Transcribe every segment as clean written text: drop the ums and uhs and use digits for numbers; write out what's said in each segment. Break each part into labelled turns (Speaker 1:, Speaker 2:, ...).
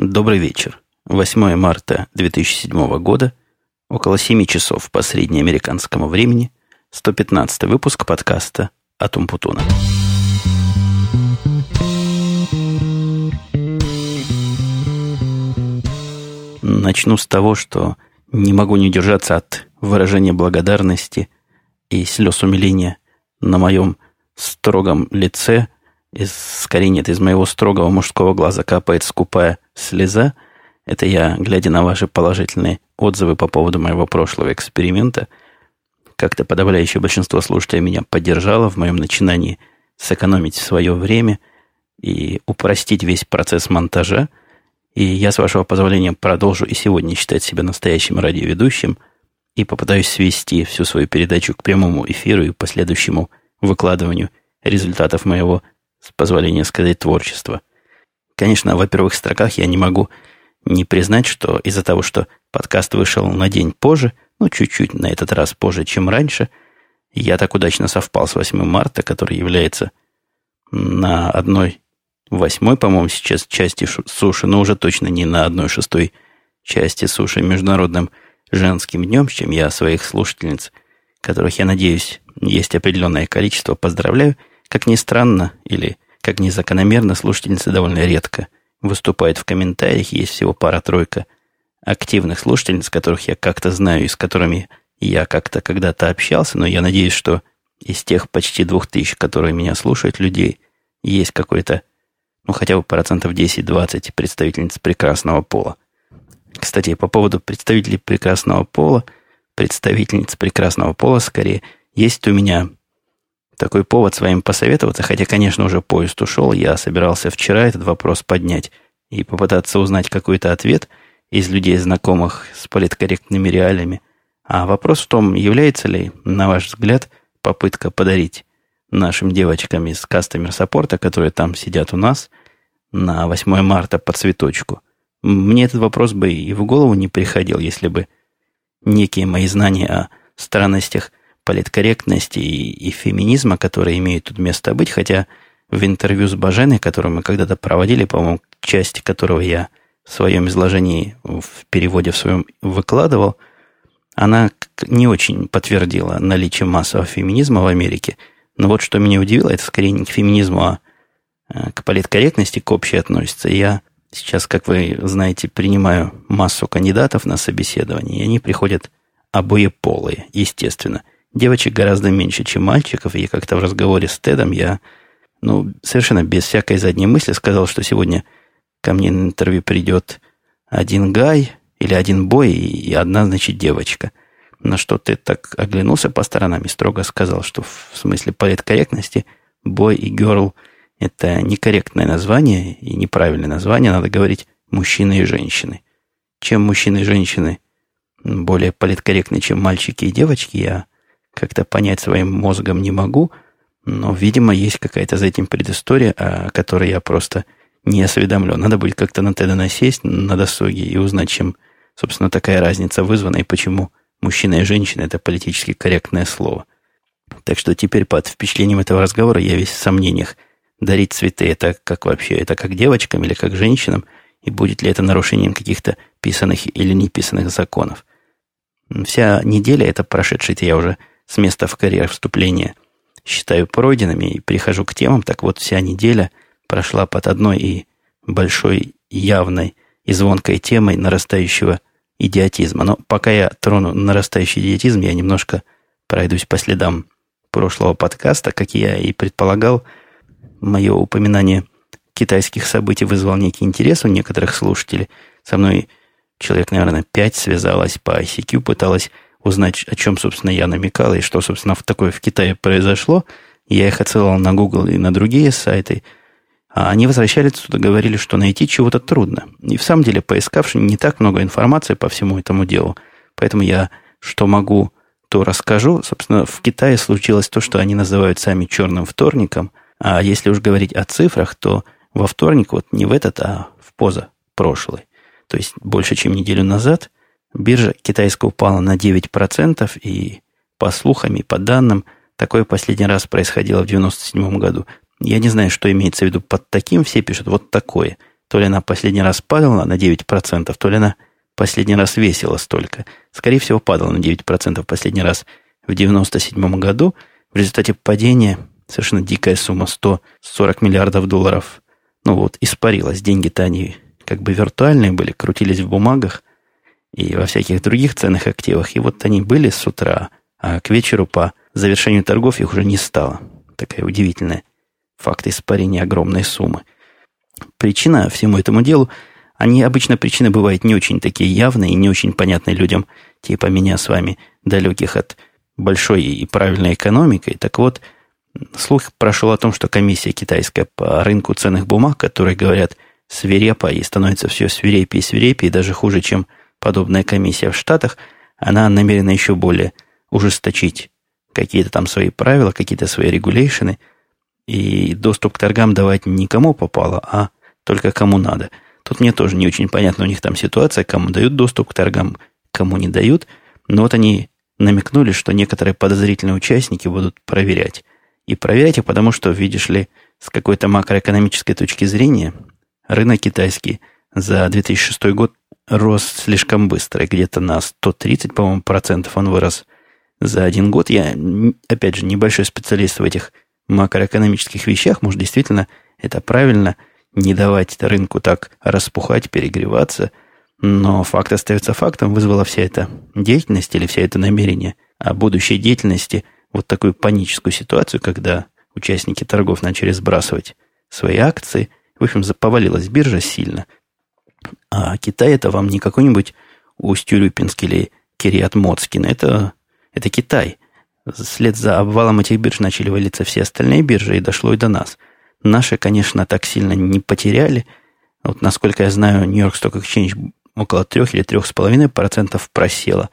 Speaker 1: Добрый вечер. 8 марта 2007 года, около 7 часов по среднеамериканскому времени, 115 выпуск подкаста от Умпутуна. Начну с того, что не могу не удержаться от выражения благодарности и слез умиления на моем строгом лице. Скорее нет, из моего строгого мужского глаза капает скупая слеза. Это я, глядя на ваши положительные отзывы по поводу моего прошлого эксперимента, как-то подавляющее большинство слушателей меня поддержало в моем начинании сэкономить свое время и упростить весь процесс монтажа. И я, с вашего позволения, продолжу и сегодня считать себя настоящим радиоведущим и попытаюсь свести всю свою передачу к прямому эфиру и последующему выкладыванию результатов моего, с позволения сказать, творчества. Конечно, во первых строках я не могу не признать, что из-за того, что подкаст вышел на день позже, чуть-чуть на этот раз позже, чем раньше, я так удачно совпал с 8 марта, который является на 1/8, по-моему, сейчас части суши, но уже точно не на 1/6 части суши Международным женским днем, с чем я своих слушательниц, которых, я надеюсь, есть определенное количество, поздравляю. Как ни странно, или как ни закономерно, слушательницы довольно редко выступают в комментариях. Есть всего пара-тройка активных слушательниц, которых я как-то знаю и с которыми я как-то когда-то общался, но я надеюсь, что из тех почти 2000, которые меня слушают, людей, есть какой-то, хотя бы 10-20% представительниц прекрасного пола. Кстати, по поводу представителей прекрасного пола, представительниц прекрасного пола, скорее, есть у меня такой повод с вами посоветоваться, хотя, конечно, уже поезд ушел. Я собирался вчера этот вопрос поднять и попытаться узнать какой-то ответ из людей, знакомых с политкорректными реалиями. А вопрос в том, является ли, на ваш взгляд, попытка подарить нашим девочкам из Customer Support, которые там сидят у нас, на 8 марта по цветочку. Мне этот вопрос бы и в голову не приходил, если бы некие мои знания о странностях политкорректности и феминизма, которые имеют тут место быть, хотя в интервью с Баженой, которое мы когда-то проводили, по-моему, части которого я в своем изложении, в переводе в своем выкладывал, она не очень подтвердила наличие массового феминизма в Америке. Но вот что меня удивило, это скорее не к феминизму, а к политкорректности, к общей относится. Я сейчас, как вы знаете, принимаю массу кандидатов на собеседование, и они приходят обоеполые, естественно. Девочек гораздо меньше, чем мальчиков, и как-то в разговоре с Тедом я, совершенно без всякой задней мысли сказал, что сегодня ко мне на интервью придет один гай или один бой и одна, девочка. На что Тед так оглянулся по сторонам и строго сказал, что в смысле политкорректности бой и герл – это некорректное название и неправильное название, надо говорить мужчины и женщины. Чем мужчины и женщины более политкорректны, чем мальчики и девочки, я как-то понять своим мозгом не могу, но, видимо, есть какая-то за этим предыстория, о которой я просто не осведомлен. Надо будет как-то на Теда насесть на досуге и узнать, чем, собственно, такая разница вызвана и почему мужчина и женщина – это политически корректное слово. Так что теперь под впечатлением этого разговора я весь в сомнениях. Дарить цветы – это как вообще? Это как девочкам или как женщинам? И будет ли это нарушением каких-то писанных или неписанных законов? Вся неделя – это прошедшая, я уже с места в карьер вступления считаю пройденными и перехожу к темам. Так вот, вся неделя прошла под одной и большой, явной и звонкой темой нарастающего идиотизма. Но пока я трону нарастающий идиотизм, я немножко пройдусь по следам прошлого подкаста. Как я и предполагал, мое упоминание китайских событий вызвало некий интерес у некоторых слушателей. Со мной человек, наверное, 5 связалось по ICQ, пыталась узнать, о чем, собственно, я намекал, и что, собственно, такое в Китае произошло. Я их отсылал на Google и на другие сайты. А они возвращались туда, говорили, что найти чего-то трудно. И в самом деле, поискавши, не так много информации по всему этому делу. Поэтому я, что могу, то расскажу. Собственно, в Китае случилось то, что они называют сами черным вторником. А если уж говорить о цифрах, то во вторник, не в этот, а в позапрошлый, то есть больше, чем неделю назад, биржа китайская упала на 9%, и по слухам и по данным, такое последний раз происходило в 1997 году. Я не знаю, что имеется в виду под таким, все пишут вот такое. То ли она последний раз падала на 9%, то ли она последний раз весила столько. Скорее всего, падала на 9% последний раз в 1997 году. В результате падения совершенно дикая сумма, 140 миллиардов долларов, испарилась. Деньги-то они как бы виртуальные были, крутились в бумагах и во всяких других ценных активах. И вот они были с утра, а к вечеру по завершению торгов их уже не стало. Такая удивительная факт испарения огромной суммы. Причина всему этому делу, обычно причины бывают не очень такие явные и не очень понятные людям, типа меня с вами, далеких от большой и правильной экономики. Так вот, слух прошел о том, что комиссия китайская по рынку ценных бумаг, которые, говорят, свирепо и становится все свирепее и свирепее, и даже хуже, чем подобная комиссия в Штатах, она намерена еще более ужесточить какие-то там свои правила, какие-то свои регуляшены, и доступ к торгам давать не кому попало, а только кому надо. Тут мне тоже не очень понятна у них там ситуация, кому дают доступ к торгам, кому не дают. Но вот они намекнули, что некоторые подозрительные участники будут проверять. И проверять их, потому что, видишь ли, с какой-то макроэкономической точки зрения, рынок китайский за 2006 год рос слишком быстро. Где-то на 130, по-моему, процентов он вырос за один год. Я, опять же, небольшой специалист в этих макроэкономических вещах. Может, действительно, это правильно, не давать рынку так распухать, перегреваться. Но факт остается фактом. Вызвала вся эта деятельность или вся это намерение о будущей деятельности вот такую паническую ситуацию, когда участники торгов начали сбрасывать свои акции. В общем, повалилась биржа сильно. А Китай это вам не какой-нибудь Усть-Урюпинск или Кириат-Моцкин. Это Китай. Вслед за обвалом этих бирж начали валиться все остальные биржи, и дошло и до нас. Наши, конечно, так сильно не потеряли. Вот, насколько я знаю, Нью-Йорк Stock Exchange около 3 или 3,5% просело.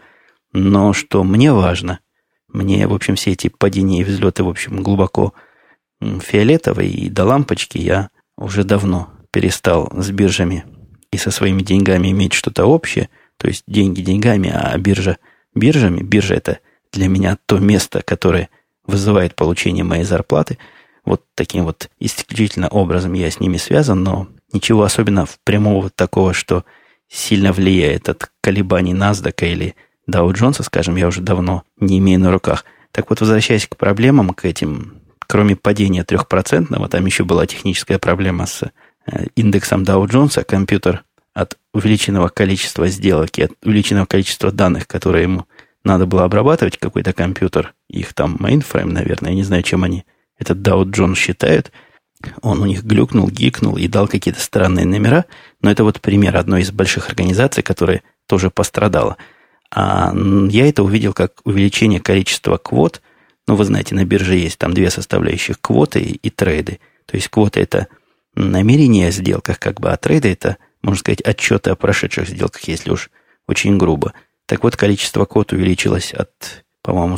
Speaker 1: Но что мне важно, мне, в общем, все эти падения и взлеты, в общем, глубоко фиолетовые, и до лампочки я уже давно перестал с биржами и со своими деньгами иметь что-то общее. То есть деньги деньгами, а биржа биржами. Биржа – это для меня то место, которое вызывает получение моей зарплаты. Вот таким вот исключительно образом я с ними связан, но ничего особенно прямого такого, что сильно влияет от колебаний NASDAQ или Dow Jones, скажем, я уже давно не имею на руках. Так вот, возвращаясь к проблемам, к этим, кроме падения 3%, там еще была техническая проблема с индексом Dow Jones, компьютер от увеличенного количества сделок и от увеличенного количества данных, которые ему надо было обрабатывать, какой-то компьютер, их там mainframe, наверное, я не знаю, чем они этот Dow Jones считают. Он у них глюкнул, гикнул и дал какие-то странные номера. Но это вот пример одной из больших организаций, которая тоже пострадала. А я это увидел как увеличение количества квот. Ну, вы знаете, на бирже есть там две составляющих: квоты и трейды. То есть квоты – это намерение о сделках, как бы, а трейды – это, можно сказать, отчеты о прошедших сделках, если уж очень грубо. Так вот, количество квот увеличилось от, по-моему,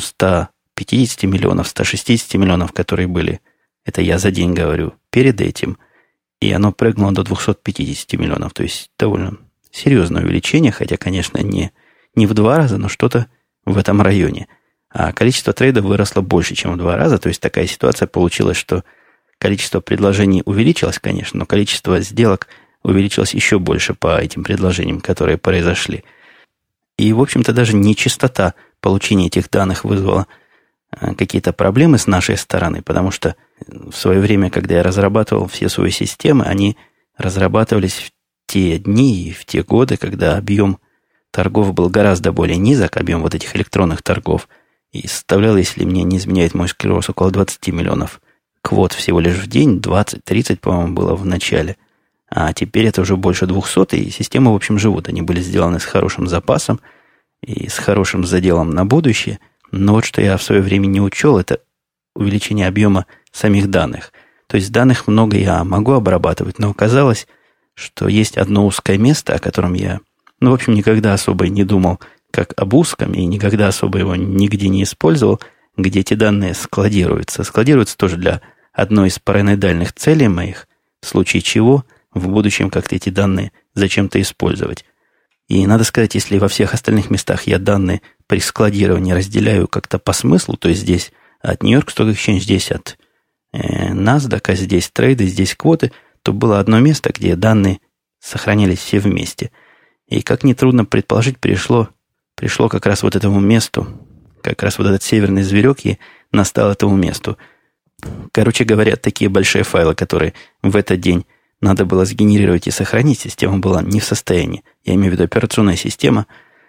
Speaker 1: 150 миллионов, 160 миллионов, которые были, это я за день говорю, перед этим, и оно прыгнуло до 250 миллионов. То есть довольно серьезное увеличение, хотя, конечно, не в 2 раза, но что-то в этом районе. А количество трейдов выросло больше, чем в 2 раза. То есть такая ситуация получилась, что количество предложений увеличилось, конечно, но количество сделок увеличилось еще больше по этим предложениям, которые произошли. И, в общем-то, даже нечистота получения этих данных вызвала какие-то проблемы с нашей стороны, потому что в свое время, когда я разрабатывал все свои системы, они разрабатывались в те дни и в те годы, когда объем торгов был гораздо более низок, объем вот этих электронных торгов, и составлял, если мне не изменяет мой склероз, около 20 миллионов квот всего лишь в день, 20-30, по-моему, было в начале. А теперь это уже больше 200, и системы, в общем, живут. Они были сделаны с хорошим запасом и с хорошим заделом на будущее. Но вот что я в свое время не учел, это увеличение объема самих данных. То есть данных много я могу обрабатывать, но оказалось, что есть одно узкое место, о котором я, в общем, никогда особо не думал, как об узком, и никогда особо его нигде не использовал, где эти данные складируются. Складируются тоже для одной из параноидальных целей моих, в случае чего в будущем как-то эти данные зачем-то использовать. И надо сказать, если во всех остальных местах я данные при складировании разделяю как-то по смыслу, то есть здесь от Нью-Йорк Stock Exchange, здесь от NASDAQ, здесь трейды, здесь квоты, то было одно место, где данные сохранялись все вместе. И, как нетрудно предположить, пришло как раз вот этому месту, как раз вот этот северный зверек и настал этому месту. Короче говоря, такие большие файлы, которые в этот день надо было сгенерировать и сохранить, система была не в состоянии. Я имею в виду операционная система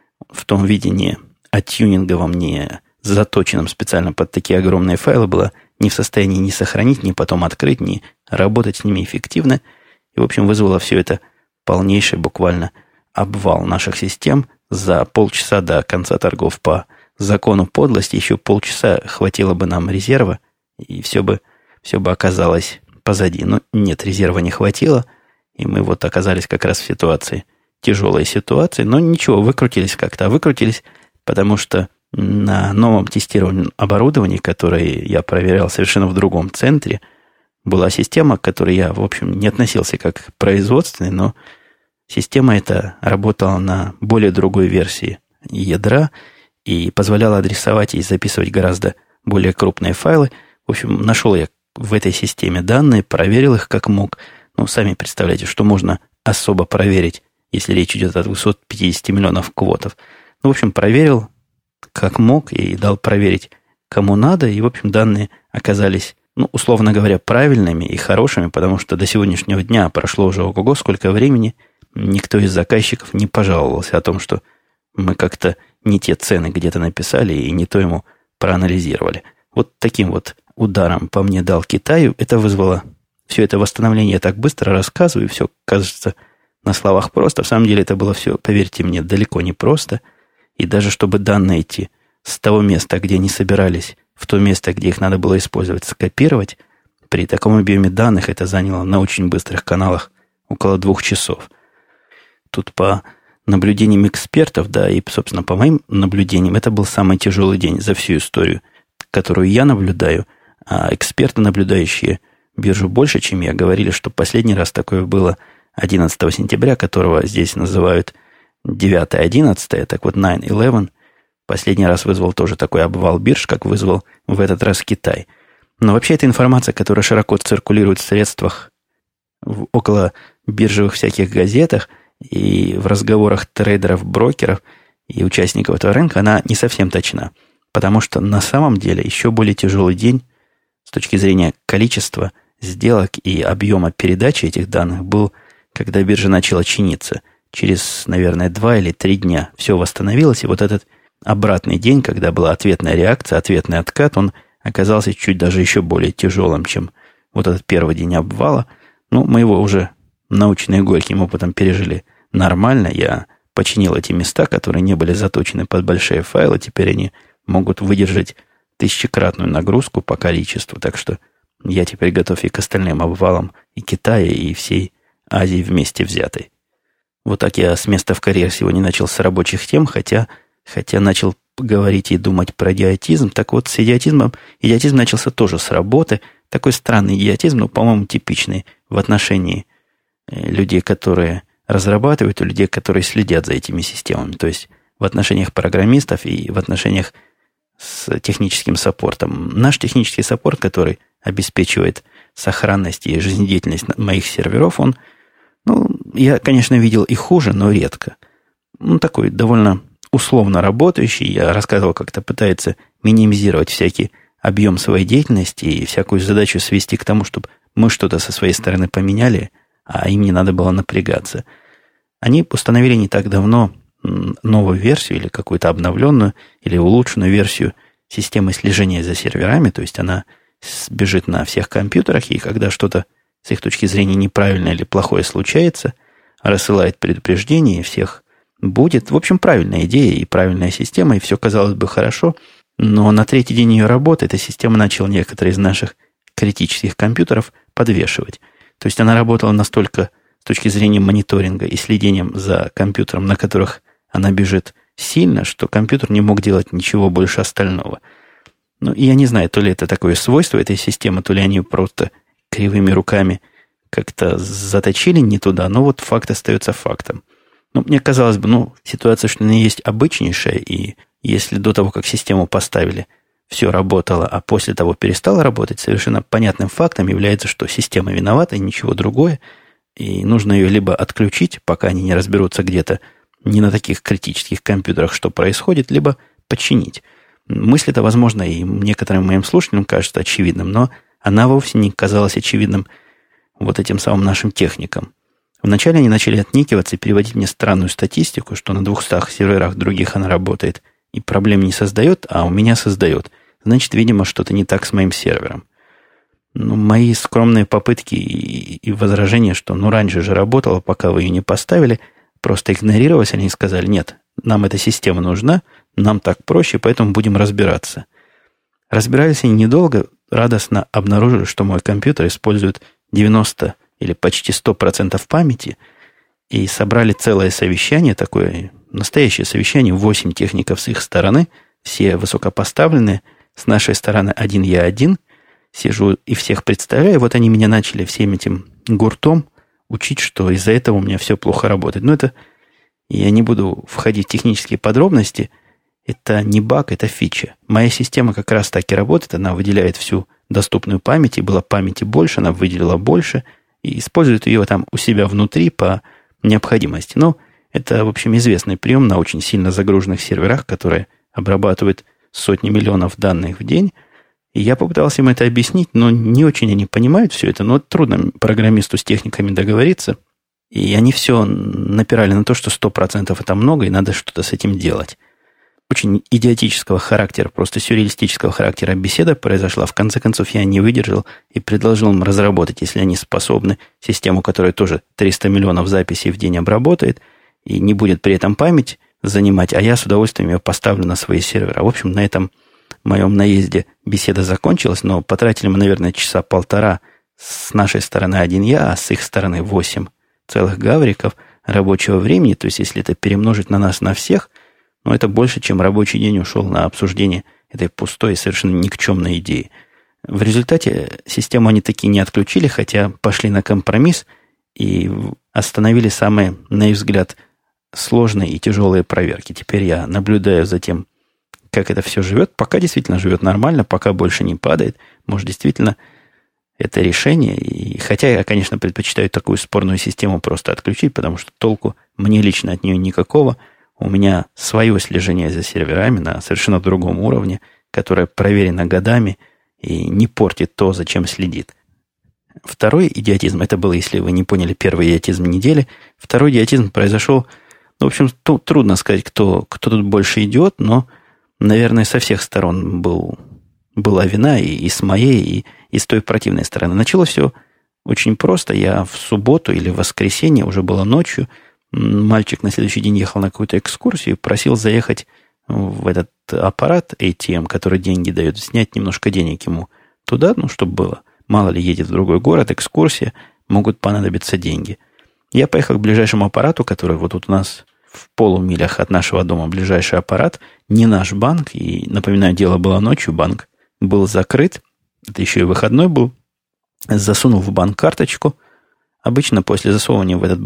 Speaker 1: в том виде не оттюнинговом, не заточенном специально под такие огромные файлы была не в состоянии ни сохранить, ни потом открыть, ни работать с ними эффективно. И, в общем, вызвало все это полнейший буквально обвал наших систем. За полчаса до конца торгов по закону подлости еще полчаса хватило бы нам резерва, и все бы оказалось позади. Но нет, резерва не хватило, и мы вот оказались как раз в ситуации, тяжелой ситуации, но ничего, выкрутились как-то. Выкрутились, потому что на новом тестированном оборудовании, которое я проверял совершенно в другом центре, была система, к которой я, в общем, не относился как производственный, но система эта работала на более другой версии ядра и позволяла адресовать и записывать гораздо более крупные файлы. В общем, нашел я в этой системе данные, проверил их как мог. Ну, сами представляете, что можно особо проверить, если речь идет о 250 миллионов квотов. Ну, в общем, проверил как мог и дал проверить кому надо. И, в общем, данные оказались, ну, условно говоря, правильными и хорошими, потому что до сегодняшнего дня прошло уже ого-го сколько времени, никто из заказчиков не пожаловался о том, что мы как-то не те цены где-то написали и не то ему проанализировали. Вот таким вот ударом по мне дал Китай. Это вызвало все это восстановление. Я так быстро рассказываю, все кажется на словах просто. В самом деле это было все, поверьте мне, далеко не просто. И даже чтобы данные эти с того места, где они собирались, в то место, где их надо было использовать, скопировать, при таком объеме данных это заняло на очень быстрых каналах около 2 часов. Тут по наблюдениям экспертов, да, и, собственно, по моим наблюдениям, это был самый тяжелый день за всю историю, которую я наблюдаю, а эксперты, наблюдающие биржу больше, чем я, говорили, что последний раз такое было 11 сентября, которого здесь называют 9-11, так вот 9-11, последний раз вызвал тоже такой обвал бирж, как вызвал в этот раз Китай. Но вообще эта информация, которая широко циркулирует в средствах, в около биржевых всяких газетах и в разговорах трейдеров, брокеров и участников этого рынка, она не совсем точна. Потому что на самом деле еще более тяжелый день с точки зрения количества сделок и объема передачи этих данных был, когда биржа начала чиниться. Через, наверное, 2 или 3 дня все восстановилось, и вот этот обратный день, когда была ответная реакция, ответный откат, он оказался чуть даже еще более тяжелым, чем вот этот первый день обвала. Ну, мы его уже научные горьким опытом пережили нормально. Я починил эти места, которые не были заточены под большие файлы. Теперь они могут выдержать 1000-кратную нагрузку по количеству. Так что я теперь готов и к остальным обвалам и Китая, и всей Азии вместе взятой. Вот так я с места в карьер сегодня начал с рабочих тем, хотя начал говорить и думать про идиотизм. Так вот, с идиотизмом, идиотизм начался тоже с работы. Такой странный идиотизм, но, по-моему, типичный в отношении людей, которые разрабатывают, и людей, которые следят за этими системами. То есть в отношениях программистов и в отношениях с техническим саппортом. Наш технический саппорт, который обеспечивает сохранность и жизнедеятельность моих серверов, он, ну, я, конечно, видел и хуже, но редко. Ну, такой довольно условно работающий. Я рассказывал, как-то пытается минимизировать всякий объем своей деятельности и всякую задачу свести к тому, чтобы мы что-то со своей стороны поменяли, а им не надо было напрягаться. Они установили не так давно новую версию или какую-то обновленную или улучшенную версию системы слежения за серверами, то есть она бежит на всех компьютерах, и когда что-то с их точки зрения неправильное или плохое случается, рассылает предупреждение, и всех будет. В общем, правильная идея и правильная система, и все казалось бы хорошо, но на 3-й день ее работы эта система начала некоторые из наших критических компьютеров подвешивать. То есть она работала настолько с точки зрения мониторинга и следения за компьютером, на которых она бежит сильно, что компьютер не мог делать ничего больше остального. Ну, и я не знаю, то ли это такое свойство этой системы, то ли они просто кривыми руками как-то заточили не туда, но вот факт остается фактом. Ну, мне казалось бы, ситуация, что она есть обычнейшая, и если до того, как систему поставили, все работало, а после того перестало работать, совершенно понятным фактом является, что система виновата, и ничего другое. И нужно ее либо отключить, пока они не разберутся где-то не на таких критических компьютерах, что происходит, либо починить. Мысль эта, возможно, и некоторым моим слушателям кажется очевидным, но она вовсе не казалась очевидным вот этим самым нашим техникам. Вначале они начали отникиваться и переводить мне странную статистику, что на 200 серверах других она работает и проблем не создает, а у меня создает. Значит, видимо, что-то не так с моим сервером. Ну, мои скромные попытки и возражения, что раньше же работало, пока вы ее не поставили, просто игнорировались. Они сказали, нет, нам эта система нужна, нам так проще, поэтому будем разбираться. Разбирались они недолго, радостно обнаружили, что мой компьютер использует 90 или почти 100% памяти, и собрали целое совещание, такое настоящее совещание, 8 техников с их стороны, все высокопоставленные, с нашей стороны один я один, сижу и всех представляю. Вот они меня начали всем этим гуртом учить, что из-за этого у меня все плохо работает. Но это я не буду входить в технические подробности. Это не баг, это фича. Моя система как раз так и работает. Она выделяет всю доступную память, и было памяти больше, она выделила больше, и использует ее там у себя внутри по необходимости. Но это, в общем, известный прием на очень сильно загруженных серверах, которые обрабатывают сотни миллионов данных в день. И я попытался им это объяснить, но не очень они понимают все это. Но трудно программисту с техниками договориться. И они все напирали на то, что 100% это много, и надо что-то с этим делать. Очень идиотического характера, просто сюрреалистического характера беседа произошла. В конце концов, я не выдержал и предложил им разработать, если они способны, систему, которая тоже 300 миллионов записей в день обработает, и не будет при этом память занимать, а я с удовольствием ее поставлю на свои сервера. В общем, на этом моем наезде беседа закончилась, но потратили мы, наверное, часа полтора с нашей стороны один я, а с их стороны 8 целых гавриков рабочего времени. То есть, если это перемножить на нас, на всех, это больше, чем рабочий день ушел на обсуждение этой пустой и совершенно никчемной идеи. В результате систему они таки не отключили, хотя пошли на компромисс и остановили самые, на их взгляд, сложные и тяжелые проверки. Теперь я наблюдаю за тем, как это все живет. Пока действительно живет нормально, пока больше не падает. Может, действительно, это решение. И хотя я, конечно, предпочитаю такую спорную систему просто отключить, потому что толку мне лично от нее никакого. У меня свое слежение за серверами на совершенно другом уровне, которое проверено годами и не портит то, зачем следит. Второй идиотизм, это был, если вы не поняли, первый идиотизм недели. Второй идиотизм произошел, в общем, трудно сказать, кто тут больше идиот, но, наверное, со всех сторон была вина и с моей, и с той противной стороны. Началось все очень просто. Я в субботу или в воскресенье, уже было ночью, мальчик на следующий день ехал на какую-то экскурсию, просил заехать в этот аппарат ATM, который деньги дает, снять немножко денег ему туда, чтобы было. Мало ли едет в другой город, экскурсия, могут понадобиться деньги. Я поехал к ближайшему аппарату, который вот тут у нас в полумилях от нашего дома ближайший аппарат, не наш банк, и, напоминаю, дело было ночью, банк был закрыт, это еще и выходной был, засунул в банк карточку. Обычно после засовывания в этот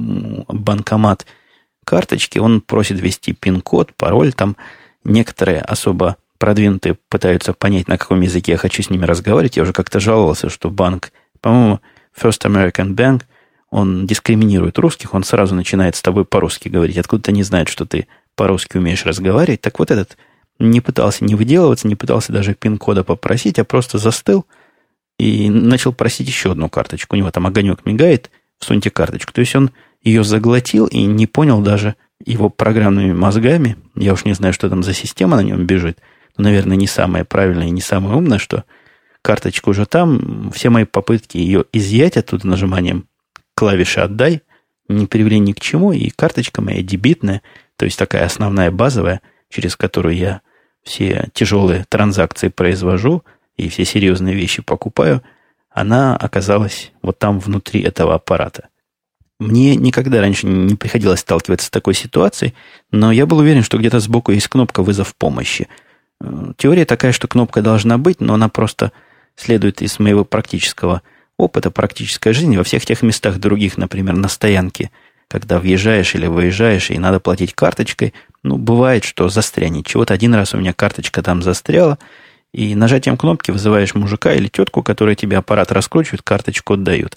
Speaker 1: банкомат карточки он просит ввести пин-код, пароль. Там некоторые особо продвинутые пытаются понять, на каком языке я хочу с ними разговаривать. Я уже как-то жаловался, что банк, по-моему, First American Bank, он дискриминирует русских, он сразу начинает с тобой по-русски говорить. Откуда-то не знает, что ты по-русски умеешь разговаривать. Так вот этот не пытался не выделываться, не пытался даже пин-кода попросить, а просто застыл и начал просить еще одну карточку. У него там огонек мигает, всуньте карточку. То есть он ее заглотил и не понял даже его программными мозгами. Я уж не знаю, что там за система на нем бежит. Но, наверное, не самое правильное и не самое умное, что карточка уже там. Все мои попытки ее изъять оттуда нажиманием клавиши «Отдай» не привели ни к чему. И карточка моя дебитная, то есть такая основная базовая, через которую я все тяжелые транзакции произвожу и все серьезные вещи покупаю, она оказалась вот там внутри этого аппарата. Мне никогда раньше не приходилось сталкиваться с такой ситуацией, но я был уверен, что где-то сбоку есть кнопка «Вызов помощи». Теория такая, что кнопка должна быть, но она просто следует из моего практического опыта, практической жизни. Во всех тех местах других, например, на стоянке, когда въезжаешь или выезжаешь, и надо платить карточкой, бывает, что застрянет. Чего-то один раз у меня карточка там застряла, и нажатием кнопки вызываешь мужика или тетку, которые тебе аппарат раскручивают, карточку отдают.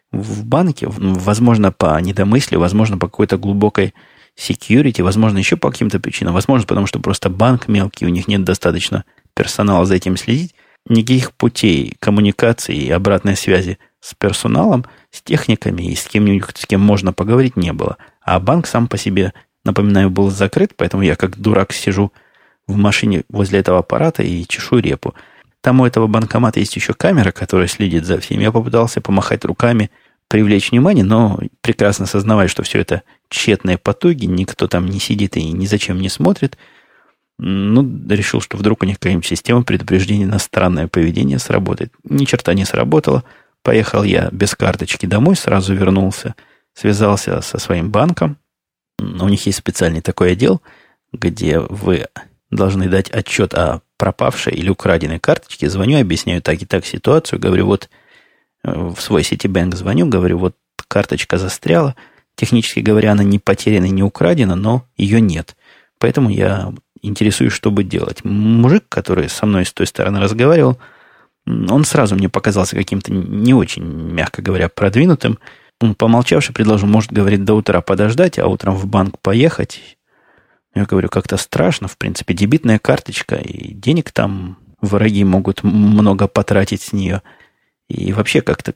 Speaker 1: в банке, возможно, по недомыслию, возможно, по какой-то глубокой security, возможно, еще по каким-то причинам, возможно, потому что просто банк мелкий, у них нет достаточно персонала за этим следить, никаких путей коммуникации и обратной связи с персоналом, с техниками и с кем-нибудь, с кем можно поговорить, не было. А банк сам по себе, напоминаю, был закрыт, поэтому я как дурак сижу в машине возле этого аппарата и чешу репу. Там у этого банкомата есть еще камера, которая следит за всеми. Я попытался помахать руками, привлечь внимание, но прекрасно сознавая, что все это тщетные потуги, никто там не сидит и ни зачем не смотрит. Ну, решил, что вдруг у них какая-нибудь система предупреждения на странное поведение сработает. Ни черта не сработало. Поехал я без карточки домой, сразу вернулся, связался со своим банком. У них есть специальный такой отдел, где вы должны дать отчет о пропавшей или украденной карточке. Звоню, объясняю так и так ситуацию. Говорю, вот в свой Citibank звоню, говорю, вот карточка застряла. Технически говоря, она не потеряна, не украдена, но ее нет. Поэтому я интересуюсь, что бы делать. Мужик, который со мной с той стороны разговаривал, он сразу мне показался каким-то не очень, мягко говоря, продвинутым. Он, помолчавший, предложил, может, говорит, до утра подождать, а утром в банк поехать. Я говорю, как-то страшно, в принципе, дебетная карточка, и денег там враги могут много потратить с нее. И вообще как-то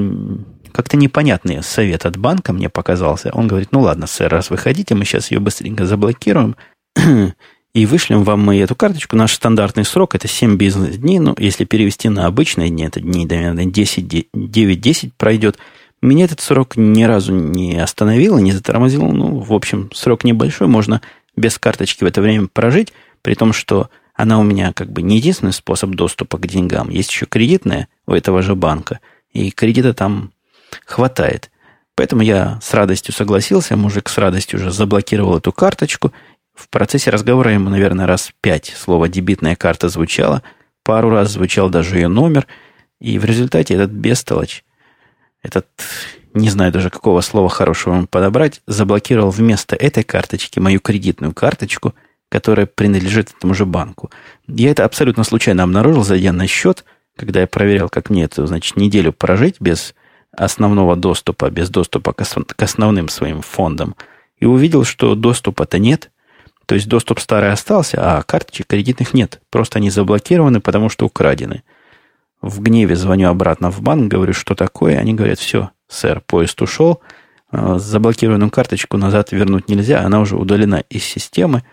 Speaker 1: непонятный совет от банка мне показался. Он говорит, ну ладно, сэр, раз вы хотите, мы сейчас ее быстренько заблокируем и вышлем вам мы эту карточку. Наш стандартный срок это 7 бизнес-дней. Ну, если перевести на обычные дни, это дней, наверное, 9-10 пройдет. Меня этот срок ни разу не остановил и не затормозил. Ну, в общем, срок небольшой, можно без карточки в это время прожить, при том, что она у меня как бы не единственный способ доступа к деньгам. Есть еще кредитная у этого же банка, и кредита там хватает. Поэтому я с радостью согласился, мужик с радостью уже заблокировал эту карточку. В процессе разговора ему, наверное, раз 5 слово «дебетная карта» звучало, пару раз звучал даже ее номер, и в результате этот бестолочь, этот, не знаю даже какого слова хорошего ему подобрать, заблокировал вместо этой карточки мою кредитную карточку, которая принадлежит этому же банку. Я это абсолютно случайно обнаружил, зайдя на счет, когда я проверял, как мне это, значит, неделю прожить без основного доступа, без доступа к основным своим фондам, и увидел, что доступа-то нет. То есть доступ старый остался, а карточек кредитных нет. Просто они заблокированы, потому что украдены. В гневе звоню обратно в банк, говорю, что такое. Они говорят, все, сэр, поезд ушел. Заблокированную карточку назад вернуть нельзя. Она уже удалена из системы.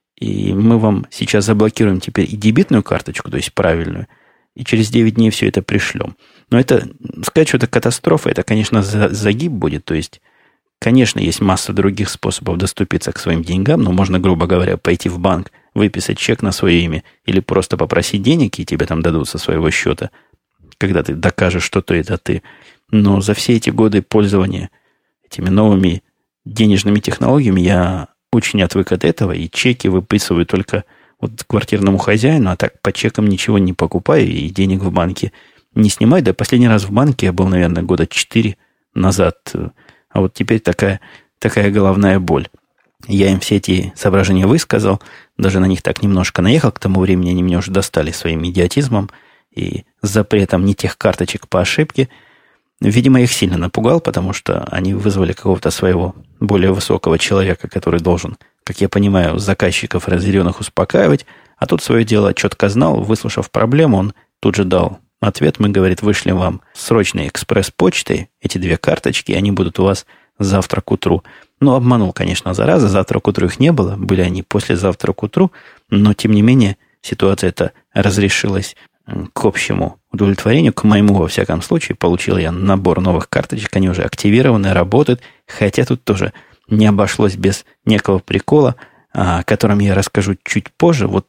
Speaker 1: И мы вам сейчас заблокируем теперь и дебетную карточку, то есть правильную. И через 9 дней все это пришлем. Но это, сказать, что это катастрофа, это, конечно, загиб будет. То есть, конечно, есть масса других способов доступиться к своим деньгам, но можно, грубо говоря, пойти в банк, выписать чек на свое имя или просто попросить денег, и тебе там дадут со своего счета, когда ты докажешь, что то это ты. Но за все эти годы пользования этими новыми денежными технологиями я очень отвык от этого, и чеки выписываю только вот квартирному хозяину, а так по чекам ничего не покупаю, и денег в банке не снимаю. Да последний раз в банке я был, наверное, года 4 назад. А вот теперь такая головная боль. Я им все эти соображения высказал, даже на них так немножко наехал. К тому времени они меня уже достали своим идиотизмом и запретом не тех карточек по ошибке. Видимо, их сильно напугал, потому что они вызвали какого-то своего более высокого человека, который должен, как я понимаю, заказчиков разъяренных успокаивать. А тут свое дело четко знал, выслушав проблему, он тут же дал ответ. Мы, говорит, вышли вам срочной экспресс-почтой эти 2 карточки, они будут у вас завтра к утру. Ну, обманул, конечно, зараза. Завтра к утру их не было. Были они послезавтра к утру. Но, тем не менее, ситуация эта разрешилась к общему удовлетворению, к моему, во всяком случае. Получил я набор новых карточек. Они уже активированы, работают. Хотя тут тоже не обошлось без некого прикола, о котором я расскажу чуть позже. Вот.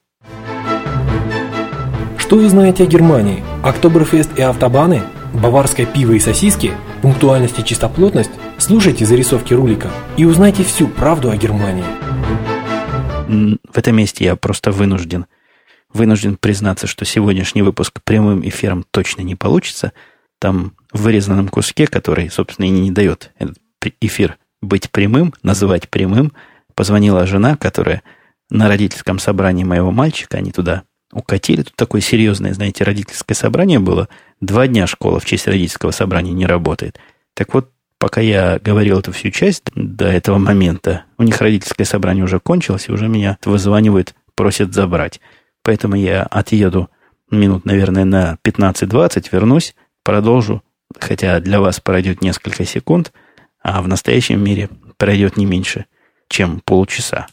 Speaker 2: Что вы знаете о Германии? Октоберфест и автобаны? Баварское пиво и сосиски? Пунктуальность и чистоплотность? Слушайте зарисовки рулика и узнайте всю правду о Германии.
Speaker 1: В этом месте я просто вынужден признаться, что сегодняшний выпуск прямым эфиром точно не получится. Там в вырезанном куске, который, собственно, и не дает этот эфир быть прямым, называть прямым, позвонила жена, которая на родительском собрании моего мальчика, они туда укатили. Тут такое серьезное, знаете, родительское собрание было. 2 дня школа в честь родительского собрания не работает. Так вот, пока я говорил эту всю часть до этого момента, у них родительское собрание уже кончилось, и уже меня вызванивают, просят забрать. Поэтому я отъеду минут, наверное, на 15-20, вернусь, продолжу, хотя для вас пройдет несколько секунд, а в настоящем мире пройдет не меньше, чем полчаса.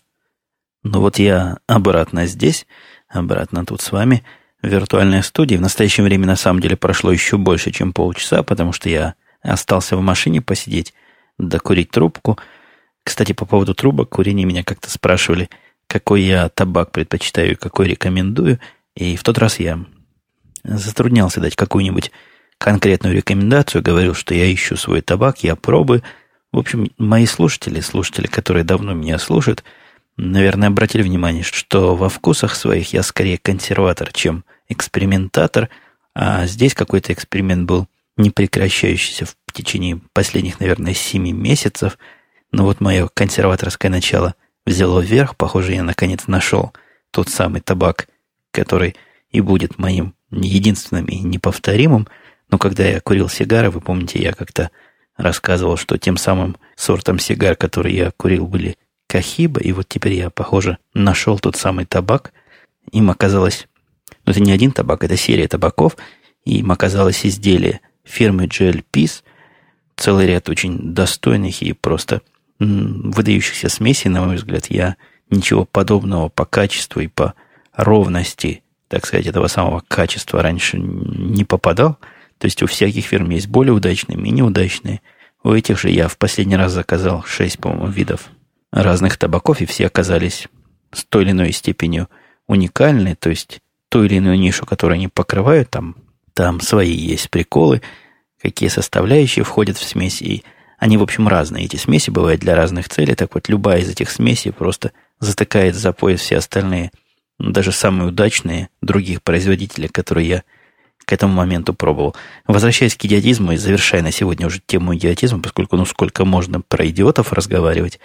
Speaker 1: Но вот я обратно здесь, обратно тут с вами, в виртуальной студии. В настоящее время, на самом деле, прошло еще больше, чем полчаса, потому что я остался в машине посидеть, докурить трубку. Кстати, по поводу трубок, курения меня как-то спрашивали, какой я табак предпочитаю и какой рекомендую. И в тот раз я затруднялся дать какую-нибудь конкретную рекомендацию, говорил, что я ищу свой табак, я пробую. В общем, мои слушатели, которые давно меня слушают, наверное, обратили внимание, что во вкусах своих я скорее консерватор, чем экспериментатор, а здесь какой-то эксперимент был не прекращающийся в течение последних, наверное, 7 месяцев. Но вот мое консерваторское начало взяло вверх. Похоже, я наконец нашел тот самый табак, который и будет моим единственным и неповторимым. Но когда я курил сигары, вы помните, я как-то рассказывал, что тем самым сортом сигар, который я курил, были Кахиба. И вот теперь я, похоже, нашел тот самый табак. Им оказалось... Но это не один табак, это серия табаков. И им оказалось изделие фирмы GL Peace. Целый ряд очень достойных и просто выдающихся смесей, на мой взгляд. Я ничего подобного по качеству и по ровности, так сказать, этого самого качества раньше не попадал. То есть у всяких фирм есть более удачные, менее удачные. У этих же я в последний раз заказал 6, по-моему, видов разных табаков, и все оказались с той или иной степенью уникальны. То есть ту или иную нишу, которую они покрывают, там свои есть приколы, какие составляющие входят в смесь. И они, в общем, разные. Эти смеси бывают для разных целей. Так вот, любая из этих смесей просто затыкает за пояс все остальные, даже самые удачные других производителей, которые я к этому моменту пробовал. Возвращаясь к идиотизму и завершая на сегодня уже тему идиотизма, поскольку, сколько можно про идиотов разговаривать,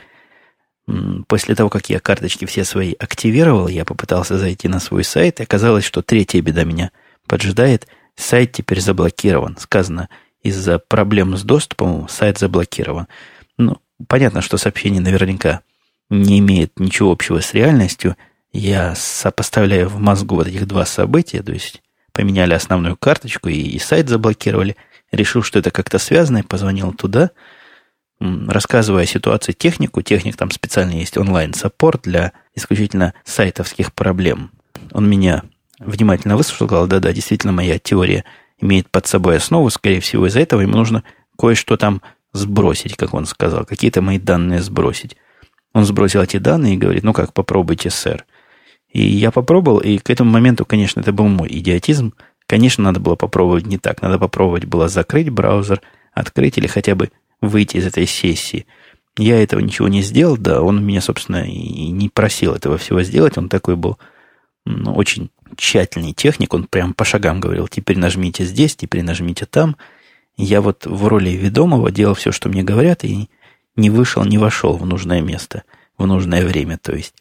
Speaker 1: после того, как я карточки все свои активировал, я попытался зайти на свой сайт, и оказалось, что третья беда меня поджидает. Сайт теперь заблокирован. Сказано, из-за проблем с доступом сайт заблокирован. Понятно, что сообщение наверняка не имеет ничего общего с реальностью. Я сопоставляю в мозгу вот этих два события, то есть поменяли основную карточку и сайт заблокировали. Решил, что это как-то связано, и позвонил туда, рассказывая о ситуации технику. Техник там специально есть онлайн-саппорт для исключительно сайтовских проблем. Он меня внимательно выслушал, сказал, да, действительно, моя теория имеет под собой основу, скорее всего, из-за этого ему нужно кое-что там сбросить, как он сказал, какие-то мои данные сбросить. Он сбросил эти данные и говорит, попробуйте, сэр. И я попробовал, и к этому моменту, конечно, это был мой идиотизм. Конечно, надо было попробовать не так. Надо попробовать было закрыть браузер, открыть или хотя бы выйти из этой сессии. Я этого ничего не сделал, да, он меня, собственно, и не просил этого всего сделать. Он такой был очень тщательный техник, он прям по шагам говорил, теперь нажмите здесь, теперь нажмите там. Я вот в роли ведомого делал все, что мне говорят, и не вошел в нужное место, в нужное время. То есть,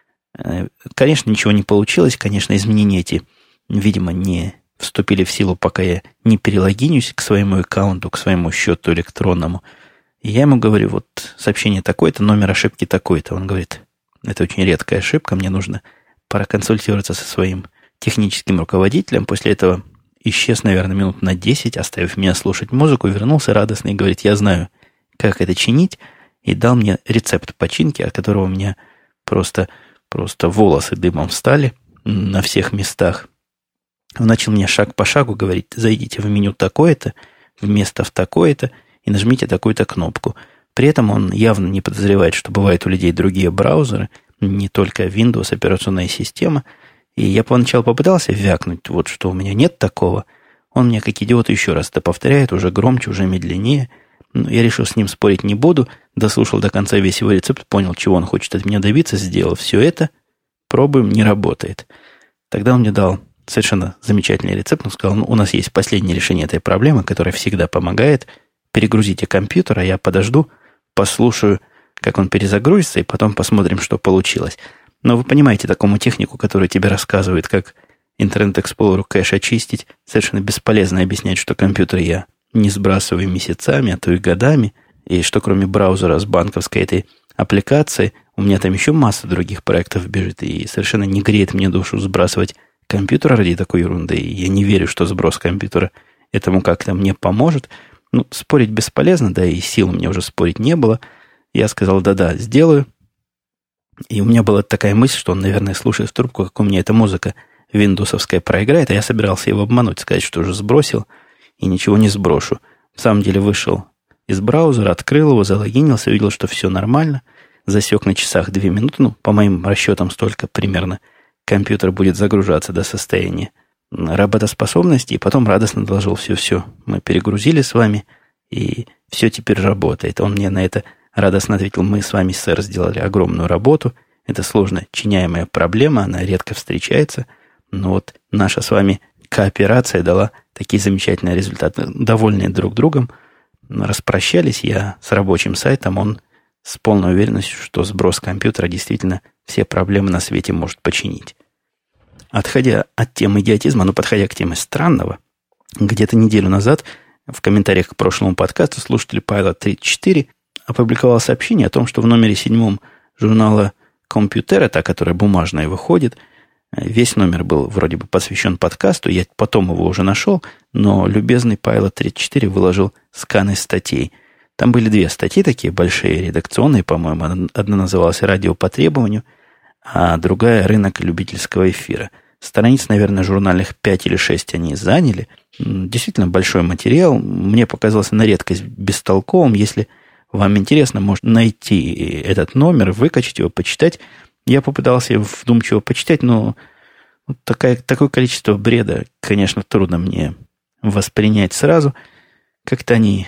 Speaker 1: конечно, ничего не получилось, конечно, изменения эти, видимо, не вступили в силу, пока я не перелогинюсь к своему аккаунту, к своему счету электронному. И я ему говорю, вот сообщение такое-то, номер ошибки такой-то. Он говорит, это очень редкая ошибка, мне нужно проконсультироваться со своим техническим руководителем. После этого исчез, наверное, минут на 10, оставив меня слушать музыку, вернулся радостный и говорит, я знаю, как это чинить, и дал мне рецепт починки, от которого у меня просто волосы дымом встали на всех местах. Он начал мне шаг по шагу говорить, зайдите в меню такое-то, вместо в такое-то, и нажмите такую-то кнопку. При этом он явно не подозревает, что бывают у людей другие браузеры, не только Windows, операционная система. И я поначалу попытался вякнуть, вот что у меня нет такого. Он мне, как идиот, еще раз это повторяет, уже громче, уже медленнее. Я решил, с ним спорить не буду, дослушал до конца весь его рецепт, понял, чего он хочет от меня добиться, сделал все это, пробуем, не работает. Тогда он мне дал совершенно замечательный рецепт, он сказал, у нас есть последнее решение этой проблемы, которое всегда помогает, перегрузите компьютер, а я подожду, послушаю, как он перезагрузится, и потом посмотрим, что получилось. Но вы понимаете, такому технику, который тебе рассказывает, как Internet Explorer кэш очистить, совершенно бесполезно объяснять, что компьютер я не сбрасываю месяцами, а то и годами. И что кроме браузера с банковской этой аппликацией, у меня там еще масса других проектов бежит, и совершенно не греет мне душу сбрасывать компьютер ради такой ерунды. И я не верю, что сброс компьютера этому как-то мне поможет. Ну, спорить бесполезно, да, и сил у меня уже спорить не было. Я сказал, да-да, сделаю. И у меня была такая мысль, что он, наверное, слушает в трубку, как у меня эта музыка виндовсовская проиграет, а я собирался его обмануть, сказать, что уже сбросил, и ничего не сброшу. В самом деле вышел из браузера, открыл его, залогинился, увидел, что все нормально, засек на часах 2 минуты, ну, по моим расчетам, столько примерно компьютер будет загружаться до состояния работоспособности, и потом радостно доложил все, мы перегрузили с вами, и все теперь работает. Он мне на это радостно ответил, мы с вами, сэр, сделали огромную работу, это сложно чиняемая проблема, она редко встречается, но вот наша с вами кооперация дала такие замечательные результаты. Довольные друг другом, распрощались, я с рабочим сайтом, он с полной уверенностью, что сброс компьютера действительно все проблемы на свете может починить. Отходя от темы идиотизма, но подходя к теме странного, где-то неделю назад в комментариях к прошлому подкасту слушатель Pilot 34 опубликовал сообщение о том, что в номере 7 журнала Computer, та, которая бумажная выходит, весь номер был вроде бы посвящен подкасту, я потом его уже нашел, но любезный Pilot 34 выложил сканы статей. Там были 2 статьи такие большие, редакционные, по-моему. Одна называлась «Радио по требованию», а другая «Рынок любительского эфира». Страниц, наверное, журнальных 5 или 6 они заняли. Действительно большой материал. Мне показался на редкость бестолковым. Если вам интересно, можно найти этот номер, выкачать его, почитать. Я попытался вдумчиво почитать, но такое количество бреда, конечно, трудно мне воспринять сразу. Как-то они,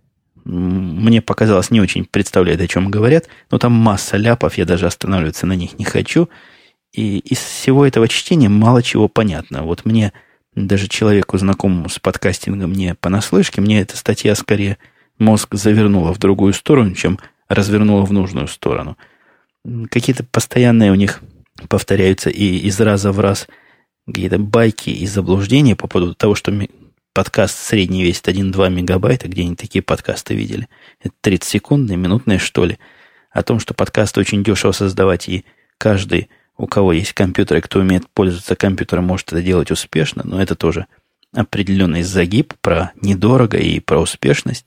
Speaker 1: мне показалось, не очень представляют, о чем говорят. Но там масса ляпов, я даже останавливаться на них не хочу. И из всего этого чтения мало чего понятно. Вот мне, даже человеку, знакомому с подкастингом, не понаслышке, мне эта статья скорее мозг завернула в другую сторону, чем развернула в нужную сторону. Какие-то постоянные у них повторяются и из раза в раз какие-то байки и заблуждения по поводу того, что подкаст средний весит 1-2 мегабайта, где-нибудь такие подкасты видели. Это 30-секундные, минутные, что ли. О том, что подкасты очень дешево создавать, и каждый, у кого есть компьютер, и кто умеет пользоваться компьютером, может это делать успешно, но это тоже определенный загиб про недорого и про успешность.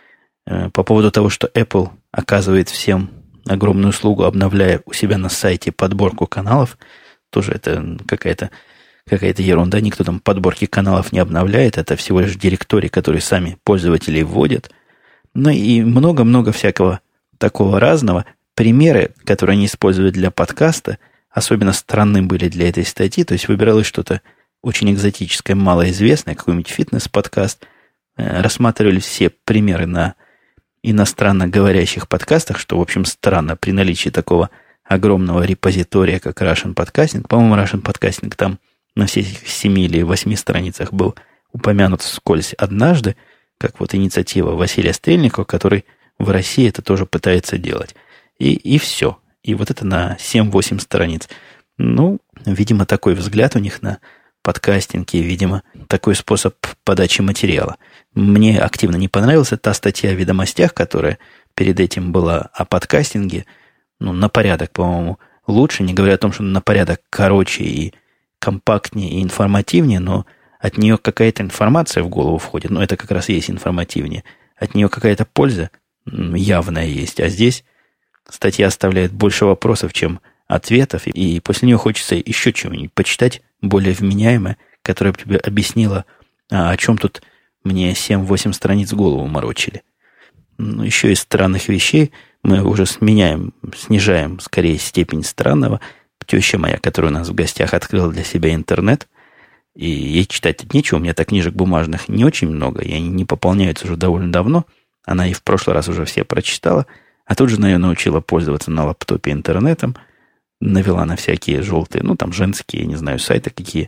Speaker 1: По поводу того, что Apple оказывает всем огромную услугу, обновляя у себя на сайте подборку каналов, тоже это какая-то ерунда. Никто там подборки каналов не обновляет. Это всего лишь директории, которые сами пользователи вводят. Ну и много-много всякого такого разного. Примеры, которые они используют для подкаста, особенно странным были для этой статьи. То есть выбиралось что-то очень экзотическое, малоизвестное, какой-нибудь фитнес-подкаст. Рассматривали все примеры на иностранно говорящих подкастах, что, в общем, странно при наличии такого огромного репозитория, как Russian Podcasting. По-моему, Russian Podcasting там на всех 7 или 8 страницах был упомянут вскользь однажды, как вот инициатива Василия Стрельникова, который в России это тоже пытается делать. И все. И вот это на 7-8 страниц. Ну, видимо, такой взгляд у них на подкастинг, и, видимо, такой способ подачи материала. Мне активно не понравилась та статья в «Ведомостях», которая перед этим была о подкастинге, ну, на порядок, по-моему, лучше, не говоря о том, что на порядок короче и компактнее и информативнее, но от нее какая-то информация в голову входит, но это как раз есть информативнее. От нее какая-то польза явная есть, а здесь статья оставляет больше вопросов, чем ответов, и после нее хочется еще чего-нибудь почитать, более вменяемое, которое бы тебе объяснило, о чем тут мне 7-8 страниц голову морочили. Ну, еще из странных вещей мы уже снижаем скорее степень странного. Теща моя, которая у нас в гостях, открыла для себя интернет, и ей читать нечего, у меня так книжек бумажных не очень много, и они не пополняются уже довольно давно. Она и в прошлый раз уже все прочитала, а тут же ее научила пользоваться на лаптопе интернетом, навела на всякие желтые, ну, там женские, не знаю, сайты, какие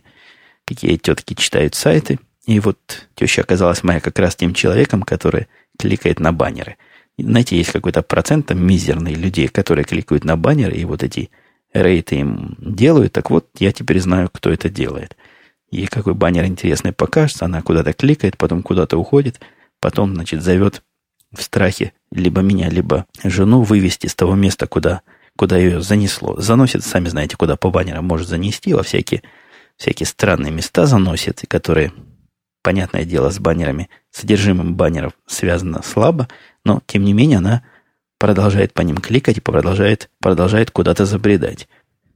Speaker 1: тетки читают сайты. И вот теща оказалась моя как раз тем человеком, который кликает на баннеры. Знаете, есть какой-то процент там мизерный людей, которые кликают на баннеры, и вот эти рейты им делают. Так вот, я теперь знаю, кто это делает. Ей какой баннер интересный покажется, она куда-то кликает, потом куда-то уходит, потом, значит, зовет в страхе либо меня, либо жену вывести с того места, куда ее занесло. Заносит, сами знаете, куда по баннерам может занести, во всякие странные места заносит, которые, понятное дело, с баннерами, содержимым баннеров связано слабо, но, тем не менее, она продолжает по ним кликать и продолжает куда-то забредать.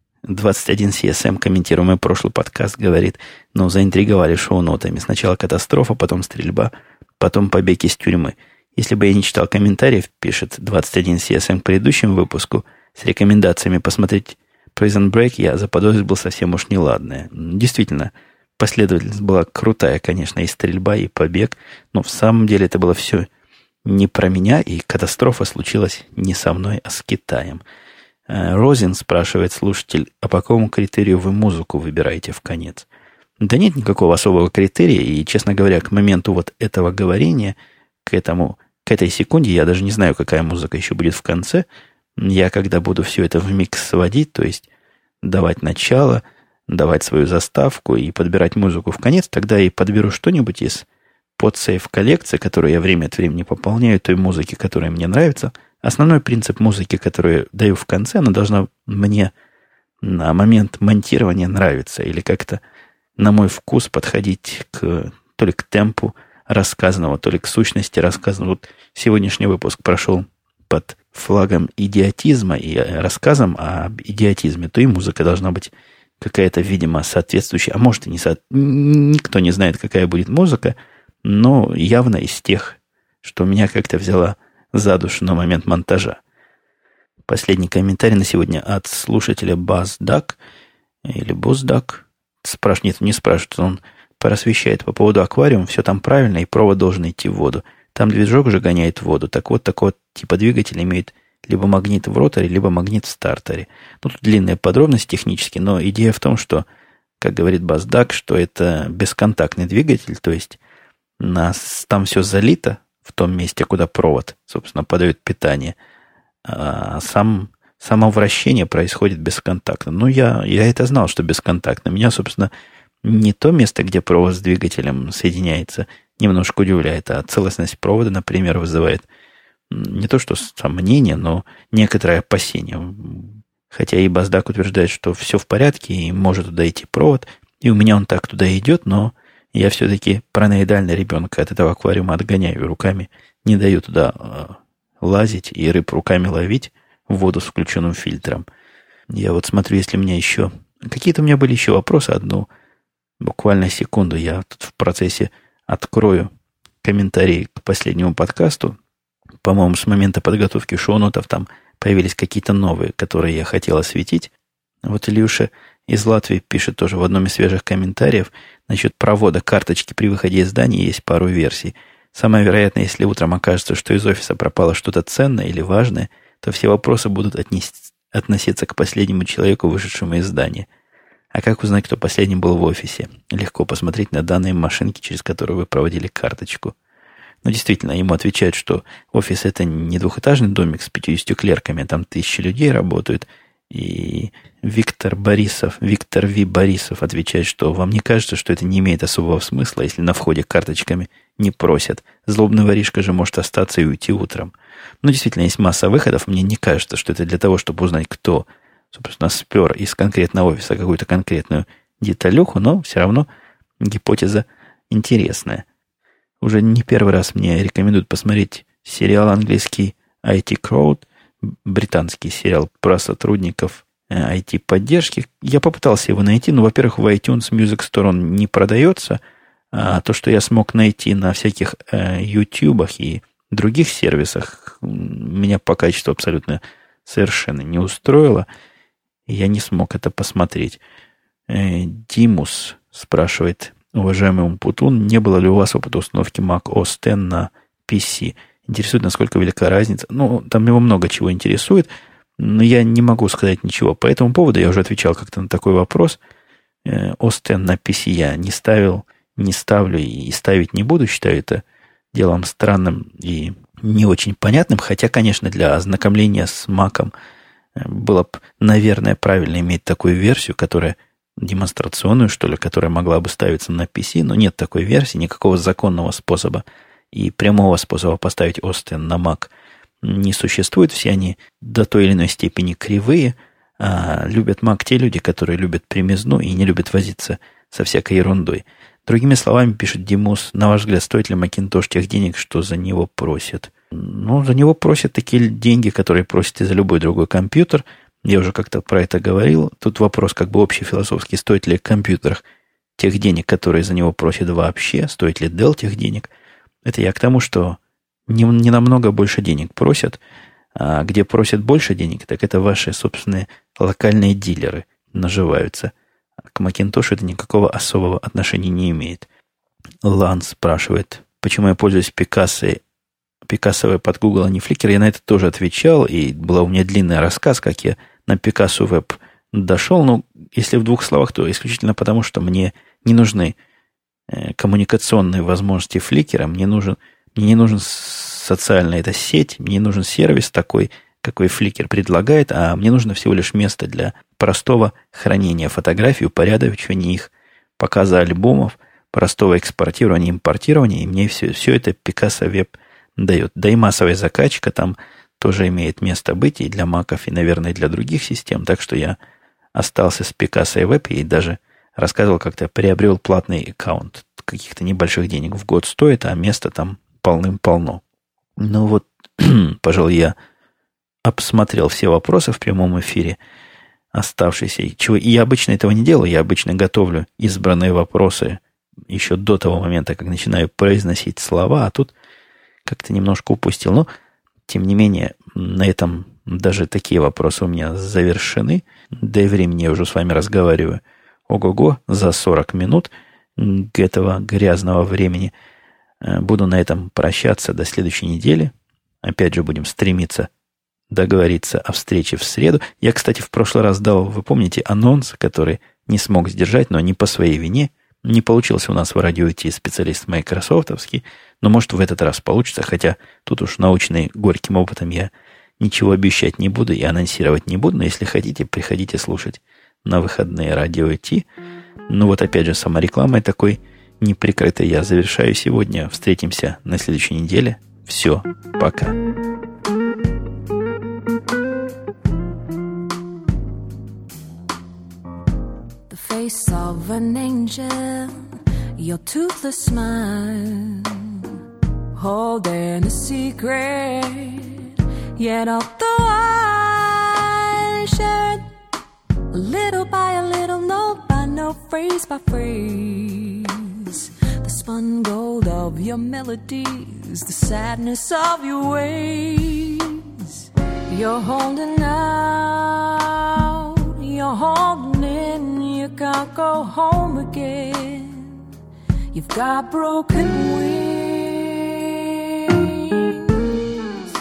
Speaker 1: 21CSM, комментируя мой прошлый подкаст, говорит, заинтриговали шоу-нотами. Сначала катастрофа, потом стрельба, потом побег из тюрьмы. Если бы я не читал комментариев, пишет 21CSM к предыдущему выпуску, с рекомендациями посмотреть Prison Break, я заподозрил был совсем уж неладное. Действительно, последовательность была крутая, конечно, и стрельба, и побег, но в самом деле это было все не про меня, и катастрофа случилась не со мной, а с Китаем. Розин спрашивает слушатель, а по какому критерию вы музыку выбираете в конец? Да нет никакого особого критерия, и, честно говоря, к моменту вот этого говорения, к этой секунде, я даже не знаю, какая музыка еще будет в конце. Я, когда буду все это в микс сводить, то есть давать начало, давать свою заставку и подбирать музыку в конец, тогда и подберу что-нибудь из подсейв коллекции, которую я время от времени пополняю, той музыки, которая мне нравится. Основной принцип музыки, которую даю в конце, она должна мне на момент монтирования нравиться или как-то на мой вкус подходить то ли к темпу рассказанного, то ли к сущности рассказанного. Вот сегодняшний выпуск прошел под флагом идиотизма и рассказом об идиотизме, то и музыка должна быть какая-то, видимо, соответствующая. А может, и никто не знает, какая будет музыка, но явно из тех, что меня как-то взяла за душу на момент монтажа. Последний комментарий на сегодня от слушателя BuzzDuck или BuzzDuck. Спрашивает, не спрашивает, он просвещает по поводу аквариума, все там правильно, и провод должен идти в воду. Там движок уже гоняет воду. Так вот, такого типа двигатель имеет либо магнит в роторе, либо магнит в стартере. Тут длинные подробности технические, но идея в том, что, как говорит BuzzDuck, что это бесконтактный двигатель, то есть там все залито в том месте, куда провод, собственно, подает питание, а само вращение происходит бесконтактно. Я это знал, что бесконтактно. Меня, собственно, не то место, где провод с двигателем соединяется, немножко удивляет, а целостность провода, например, вызывает не то что сомнение, но некоторое опасение. Хотя и BuzzDuck утверждает, что все в порядке, и может туда идти провод, и у меня он так туда идет, но я все-таки параноидальный ребенка от этого аквариума отгоняю руками, не даю туда лазить и рыб руками ловить в воду с включенным фильтром. Я вот смотрю, если у меня еще... Какие-то у меня были еще вопросы, одну буквально секунду. Я тут в процессе открою комментарии к последнему подкасту. По-моему, с момента подготовки шоу-нотов там появились какие-то новые, которые я хотел осветить. Вот Илюша из Латвии пишет тоже в одном из свежих комментариев насчет провода карточки при выходе из здания есть пару версий. Самое вероятное, если утром окажется, что из офиса пропало что-то ценное или важное, то все вопросы будут относиться к последнему человеку, вышедшему из здания. А как узнать, кто последним был в офисе? Легко посмотреть на данные машинки, через которые вы проводили карточку. Но действительно, ему отвечают, что офис это не двухэтажный домик с 50 клерками, там 1000 людей работают. И Виктор Ви Борисов отвечает, что вам не кажется, что это не имеет особого смысла, если на входе карточками не просят. Злобный воришка же может остаться и уйти утром. Но действительно, есть масса выходов. Мне не кажется, что это для того, чтобы узнать, кто, собственно, спер из конкретного офиса какую-то конкретную деталюху, но все равно гипотеза интересная. Уже не первый раз мне рекомендуют посмотреть сериал английский IT Crowd, британский сериал про сотрудников IT-поддержки. Я попытался его найти, но, во-первых, в iTunes Music Store он не продается, а то, что я смог найти на всяких YouTube'ах и других сервисах, меня по качеству абсолютно совершенно не устроило. Я не смог это посмотреть. Димус спрашивает, уважаемый Умпутун, не было ли у вас опыта установки Mac OS X на PC? Интересует, насколько велика разница. Там его много чего интересует, но я не могу сказать ничего. По этому поводу я уже отвечал как-то на такой вопрос. OS X на PC я не ставил, не ставлю и ставить не буду. Считаю это делом странным и не очень понятным. Хотя, конечно, для ознакомления с Mac'ом было бы, наверное, правильно иметь такую версию, которая демонстрационную, что ли, которая могла бы ставиться на PC, но нет такой версии, никакого законного способа и прямого способа поставить Остин на Mac не существует. Все они до той или иной степени кривые, а любят Mac те люди, которые любят примизну и не любят возиться со всякой ерундой. Другими словами, пишет Димус, на ваш взгляд, стоит ли Macintosh тех денег, что за него просят? Ну, за него просят такие деньги, которые просят и за любой другой компьютер. Я уже как-то про это говорил. Тут вопрос как бы общий философский. Стоит ли компьютер тех денег, которые за него просят вообще? Стоит ли Dell тех денег? Это я к тому, что не намного больше денег просят. А где просят больше денег, так это ваши собственные локальные дилеры наживаются. К Macintosh это никакого особого отношения не имеет. Ланс спрашивает, почему я пользуюсь Пикассовой под Google, а не Flickr. Я на это тоже отвечал, и был у меня длинный рассказ, как я на Picasso Web дошел. Но если в двух словах, то исключительно потому, что мне не нужны коммуникационные возможности Flickr, мне не нужен социальная эта сеть, мне нужен сервис такой, какой Flickr предлагает, а мне нужно всего лишь место для простого хранения фотографий, упорядочивания их, показа альбомов, простого экспортирования, импортирования, и мне все это Picasso Web дает. Да и массовая закачка там тоже имеет место быть и для Mac'ов, и, наверное, и для других систем, так что я остался с Picasso Web и даже рассказывал, как-то приобрел платный аккаунт. Каких-то небольших денег в год стоит, а места там полным-полно. Ну вот, пожалуй, я обсмотрел все вопросы в прямом эфире, оставшиеся. И я обычно этого не делаю, я обычно готовлю избранные вопросы еще до того момента, как начинаю произносить слова, а тут как-то немножко упустил. Но, тем не менее, на этом даже такие вопросы у меня завершены. Да и времени я уже с вами разговариваю. Ого-го, за 40 минут этого грязного времени. Буду на этом прощаться до следующей недели. Опять же, будем стремиться договориться о встрече в среду. Я, кстати, в прошлый раз дал, вы помните, анонс, который не смог сдержать, но не по своей вине. Не получился у нас в радио идти специалист майкрософтовский, но, может, в этот раз получится, хотя тут уж научный горьким опытом я ничего обещать не буду и анонсировать не буду, но если хотите, приходите слушать на выходные радио идти. Ну вот опять же, саморекламой такой неприкрытой я завершаю сегодня. Встретимся на следующей неделе. Все, пока.
Speaker 3: Face of an angel, your toothless smile, holding a secret, yet all the while shared a little by a little, note by note, phrase by phrase, the spun gold of your melodies, the sadness of your ways. You're holding out, you're holding in, you can't go home again. You've got broken wings.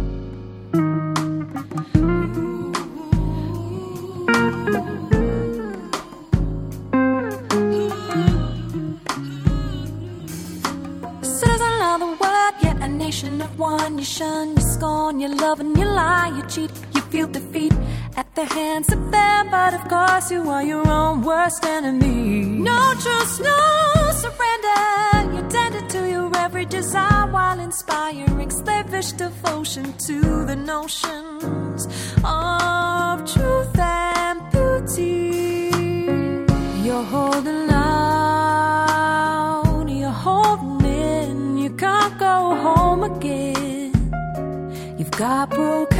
Speaker 3: Citizen of the world, yet a nation of one. You shun, you scorn, you love and you lie, you cheat, you feel defeat at the hands of them, but of course you are your own worst enemy. No truce, no surrender. You tender to your every desire while inspiring slavish devotion to the notions of truth and beauty. You're holding out, you're holding in, you can't go home again. You've got broken